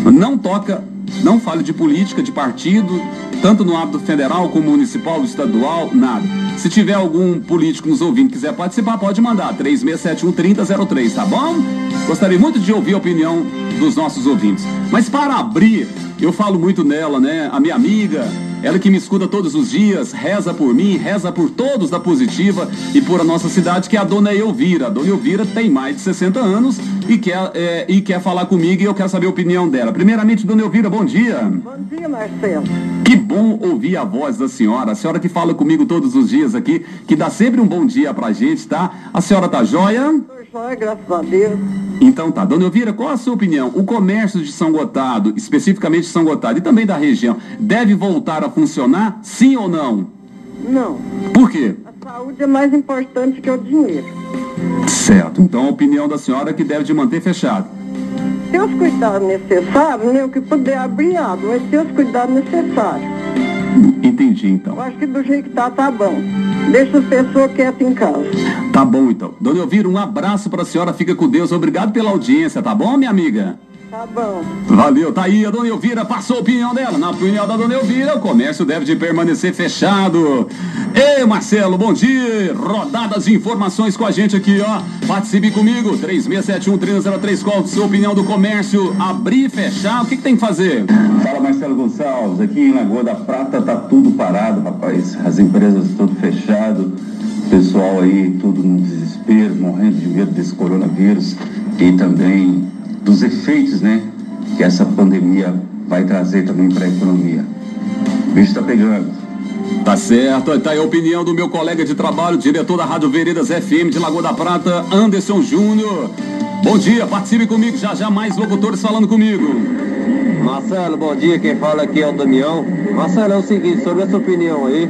Não fale de política, de partido, tanto no âmbito federal como municipal, estadual, nada. Se tiver algum político nos ouvindo que quiser participar, pode mandar 3671-3003, tá bom? Gostaria muito de ouvir a opinião dos nossos ouvintes. Mas para abrir, eu falo muito nela, né? A minha amiga, ela que me escuta todos os dias, reza por mim, reza por todos da Positiva e por a nossa cidade, que é a Dona Elvira. A Dona Elvira tem mais de 60 anos e quer falar comigo e eu quero saber a opinião dela. Primeiramente, Dona Elvira, bom dia. Bom dia, Marcelo. Que bom ouvir a voz da senhora. A senhora que fala comigo todos os dias aqui, que dá sempre um bom dia pra gente, tá? A senhora tá joia? Tô joia, graças a Deus. Então tá, Dona Elvira, qual a sua opinião? O comércio de São Gotardo, especificamente de São Gotardo e também da região, deve voltar a funcionar, sim ou não? Não. Por quê? A saúde é mais importante que o dinheiro. Certo, então a opinião da senhora é que deve de manter fechado. Ter os cuidados necessários, né? O que puder abrir, abre, mas ter os cuidados necessários. Entendi, então. Eu acho que do jeito que tá bom. Deixa as pessoas quietas em casa. Tá bom, então. Dona Elvira, um abraço pra senhora, fica com Deus. Obrigado pela audiência, tá bom, minha amiga? Tá bom. Valeu, tá aí a Dona Elvira, passou a opinião dela. Na opinião da Dona Elvira, o comércio deve de permanecer fechado. Ei, Marcelo, bom dia. Rodadas de informações com a gente aqui, ó. Participe comigo, 3671-3003. Qual a sua opinião do comércio? Abrir, fechar, o que tem que fazer? Fala, Marcelo Gonçalves. Aqui em Lagoa da Prata tá tudo parado, rapaz. As empresas tudo fechado. O pessoal aí tudo no desespero, morrendo de medo desse coronavírus e também dos efeitos, né, que essa pandemia vai trazer também para a economia. O bicho tá pegando. Tá certo, tá aí a opinião do meu colega de trabalho, diretor da Rádio Veredas FM de Lagoa da Prata, Anderson Júnior. Bom dia, participe comigo, já mais locutores falando comigo. Marcelo, bom dia, quem fala aqui é o Damião. Marcelo, é o seguinte, sobre essa opinião aí,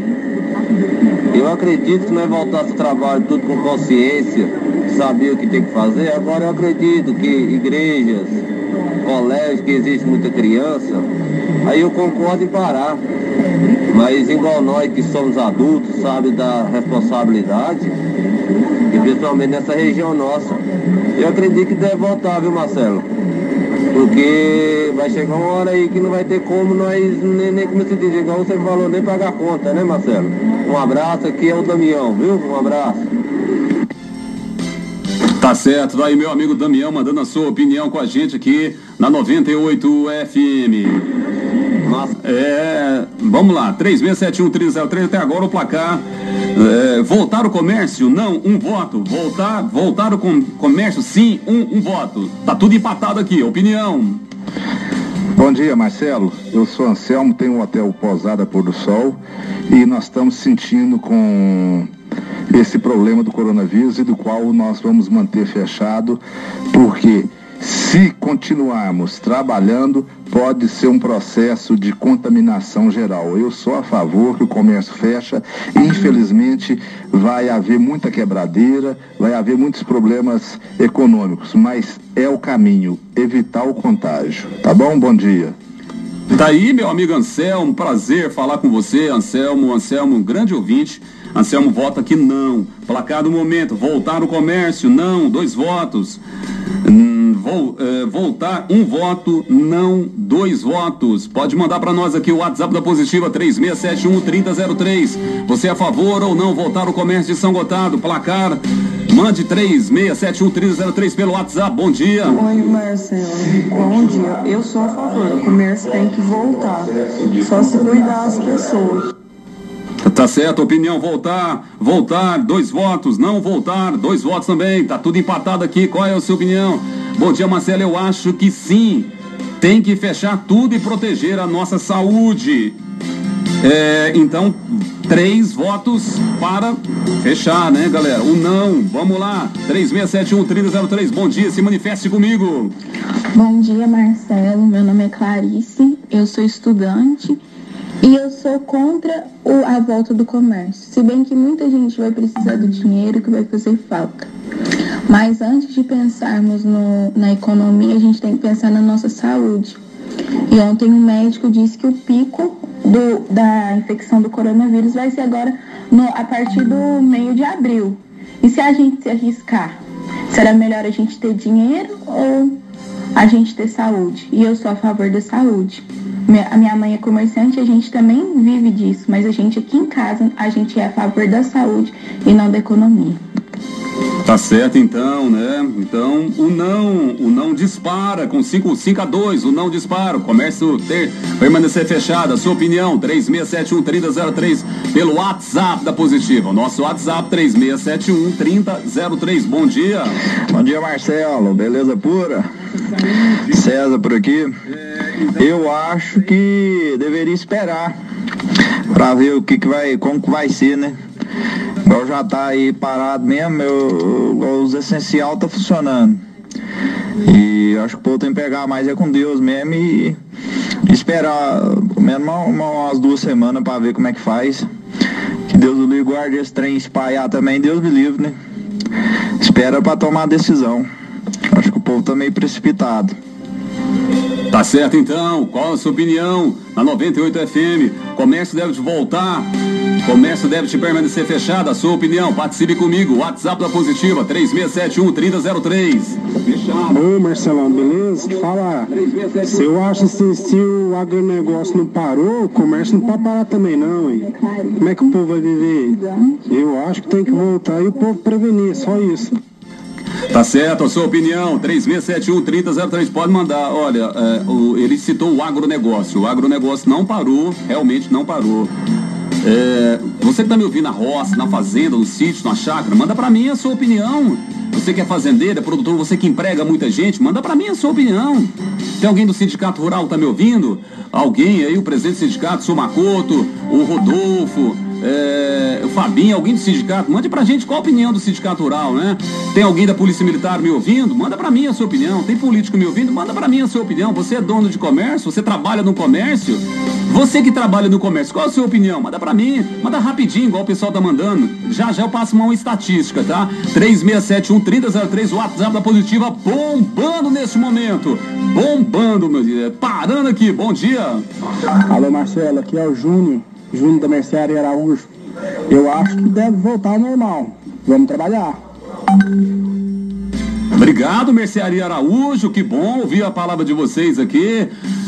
eu acredito que nós voltasse ao trabalho tudo com consciência, saber o que tem que fazer. Agora eu acredito que igrejas, colégios, que existe muita criança, aí eu concordo em parar. Mas igual nós que somos adultos, sabe, da responsabilidade, e principalmente nessa região nossa, eu acredito que deve voltar, viu, Marcelo? Porque vai chegar uma hora aí que não vai ter como nós, nem como se diz, igual você falou, nem pagar conta, né, Marcelo? Um abraço, aqui é o Damião, viu? Um abraço. Tá certo, daí meu amigo Damião mandando a sua opinião com a gente aqui na 98 FM. Vamos lá, 3671-3003, até agora o placar. Voltar o comércio? Não, um voto. Voltar o comércio? Sim, um voto. Tá tudo empatado aqui, opinião. Bom dia, Marcelo. Eu sou Anselmo, tenho um hotel Pousada Pôr do Sol e nós estamos sentindo com esse problema do coronavírus e do qual nós vamos manter fechado, porque se continuarmos trabalhando, pode ser um processo de contaminação geral. Eu sou a favor que o comércio feche e, infelizmente, vai haver muita quebradeira, vai haver muitos problemas econômicos, mas é o caminho, evitar o contágio. Tá bom? Bom dia. Tá aí, meu amigo Anselmo, prazer falar com você, Anselmo, um grande ouvinte. Anselmo vota que não. Placar do momento, voltar o comércio, não, 2 votos. Voltar, 1 voto, não, 2 votos. Pode mandar para nós aqui o WhatsApp da Positiva, 3671-3003. Você é a favor ou não voltar o comércio de São Gotardo? Placar, mande 3671-3003 pelo WhatsApp. Bom dia. Oi, Marcelo. Bom dia. Eu sou a favor, o comércio tem que voltar. Só se cuidar as pessoas. Tá certo, opinião, voltar, 2 votos, não voltar, 2 votos também, tá tudo empatado aqui, qual é a sua opinião? Bom dia, Marcelo, eu acho que sim, tem que fechar tudo e proteger a nossa saúde. Então, 3 votos para fechar, né, galera? O não, vamos lá, 3671-3003, bom dia, se manifeste comigo. Bom dia, Marcelo, meu nome é Clarice, eu sou estudante. E eu sou contra a volta do comércio, se bem que muita gente vai precisar do dinheiro que vai fazer falta. Mas antes de pensarmos na economia, a gente tem que pensar na nossa saúde. E ontem um médico disse que o pico da infecção do coronavírus vai ser agora a partir do meio de abril. E se a gente se arriscar, será melhor a gente ter dinheiro ou a gente ter saúde. E eu sou a favor da saúde. A minha mãe é comerciante, a gente também vive disso, mas a gente aqui em casa, a gente é a favor da saúde e não da economia. Tá certo então, né? Então o não dispara com 5-5-2, o não dispara, o comércio permanecer fechado. A sua opinião, 3671-3003 pelo WhatsApp da Positiva. O nosso WhatsApp 3671-3003. Bom dia. Bom dia, Marcelo, beleza pura? César por aqui. Eu acho que deveria esperar pra ver como que vai ser, né? Igual já tá aí parado mesmo, os essencial tá funcionando. E acho que o povo tem que pegar mais com Deus mesmo e esperar pelo menos umas 2 semanas pra ver como é que faz. Que Deus o livre, guarde esse trem espalhar também, Deus me livre, né? Espera pra tomar a decisão. Acho que o povo tá meio precipitado. Tá certo então, qual a sua opinião? Na 98 FM, comércio deve voltar, comércio deve permanecer fechado, a sua opinião, participe comigo, WhatsApp da Positiva, 3671-3003. Ô Marcelão, beleza? Fala, se eu acho que se o agronegócio não parou, o comércio não pode parar também não, hein? Como é que o povo vai viver? Eu acho que tem que voltar e o povo prevenir, só isso. Tá certo, a sua opinião, 3671-3003, pode mandar. Olha, ele citou o agronegócio não parou, realmente não parou. Você que tá me ouvindo na roça, na fazenda, no sítio, na chácara, manda pra mim a sua opinião. Você que é fazendeiro, é produtor, você que emprega muita gente, manda pra mim a sua opinião. Tem alguém do Sindicato Rural que tá me ouvindo? Alguém aí, o presidente do sindicato, o Sr. Macoto, o Rodolfo, o Fabinho, alguém do sindicato, mande pra gente qual a opinião do Sindicato Rural, né? Tem alguém da Polícia Militar me ouvindo? Manda pra mim a sua opinião. Tem político me ouvindo? Manda pra mim a sua opinião. Você é dono de comércio? Você trabalha no comércio? Você que trabalha no comércio, qual a sua opinião? Manda pra mim, manda rapidinho, igual o pessoal tá mandando. Já eu passo uma estatística, tá? 3671-3003, o WhatsApp da Positiva bombando nesse momento. Bombando, meu dia. Parando aqui, bom dia. Alô Marcelo, aqui é o Júnior da Mercearia Araújo. Eu acho que deve voltar ao normal. Vamos trabalhar. Obrigado, Mercearia Araújo, que bom ouvir a palavra de vocês aqui.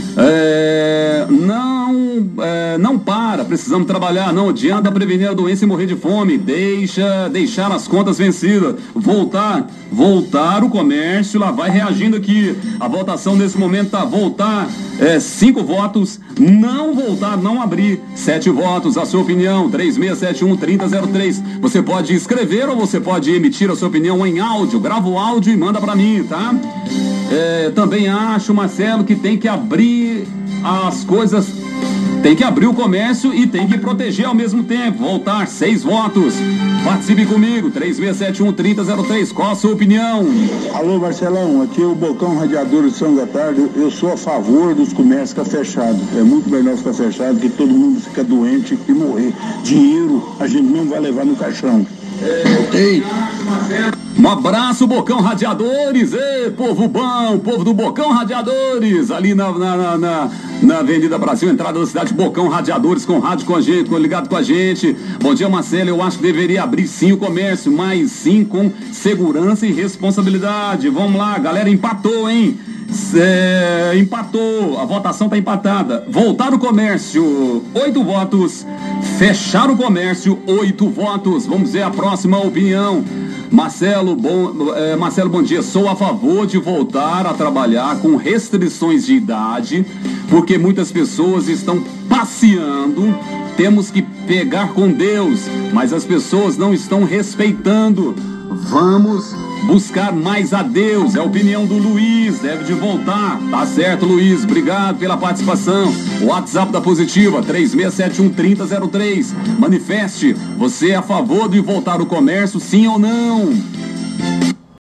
Não para, precisamos trabalhar, não adianta prevenir a doença e morrer de fome, deixar as contas vencidas, voltar o comércio, lá vai reagindo aqui, a votação nesse momento tá voltar, 5 votos, não voltar, não abrir, 7 votos, a sua opinião, 3671-3003, você pode escrever ou você pode emitir a sua opinião em áudio, grava o áudio e manda pra mim, tá? Também acho, Marcelo, que tem que abrir as coisas, tem que abrir o comércio e tem que proteger ao mesmo tempo. Voltar, 6 votos. Participe comigo, 3671-3003. Qual a sua opinião? Alô, Marcelão, aqui é o Bocão Radiador de São Gotardo. Eu sou a favor dos comércios ficar fechados. É muito melhor ficar fechado que todo mundo fica doente e morrer. Dinheiro a gente não vai levar no caixão. Ok? Um abraço, Bocão Radiadores, povo bom, povo do Bocão Radiadores, ali na Avenida Brasil, entrada da cidade, Bocão Radiadores, com rádio com a gente, ligado com a gente. Bom dia, Marcelo, eu acho que deveria abrir sim o comércio, mas sim com segurança e responsabilidade. Vamos lá, galera, empatou, hein? Empatou, a votação tá empatada. Voltar o comércio, 8 votos. Fechar o comércio, 8 votos. Vamos ver a próxima opinião. Marcelo, bom dia. Sou a favor de voltar a trabalhar com restrições de idade, porque muitas pessoas estão passeando. Temos que pegar com Deus, mas as pessoas não estão respeitando. Vamos buscar mais a Deus. É a opinião do Luiz, deve de voltar. Tá certo, Luiz, obrigado pela participação. WhatsApp da Positiva, 3671-3003. Manifeste, você é a favor de voltar o comércio, sim ou não?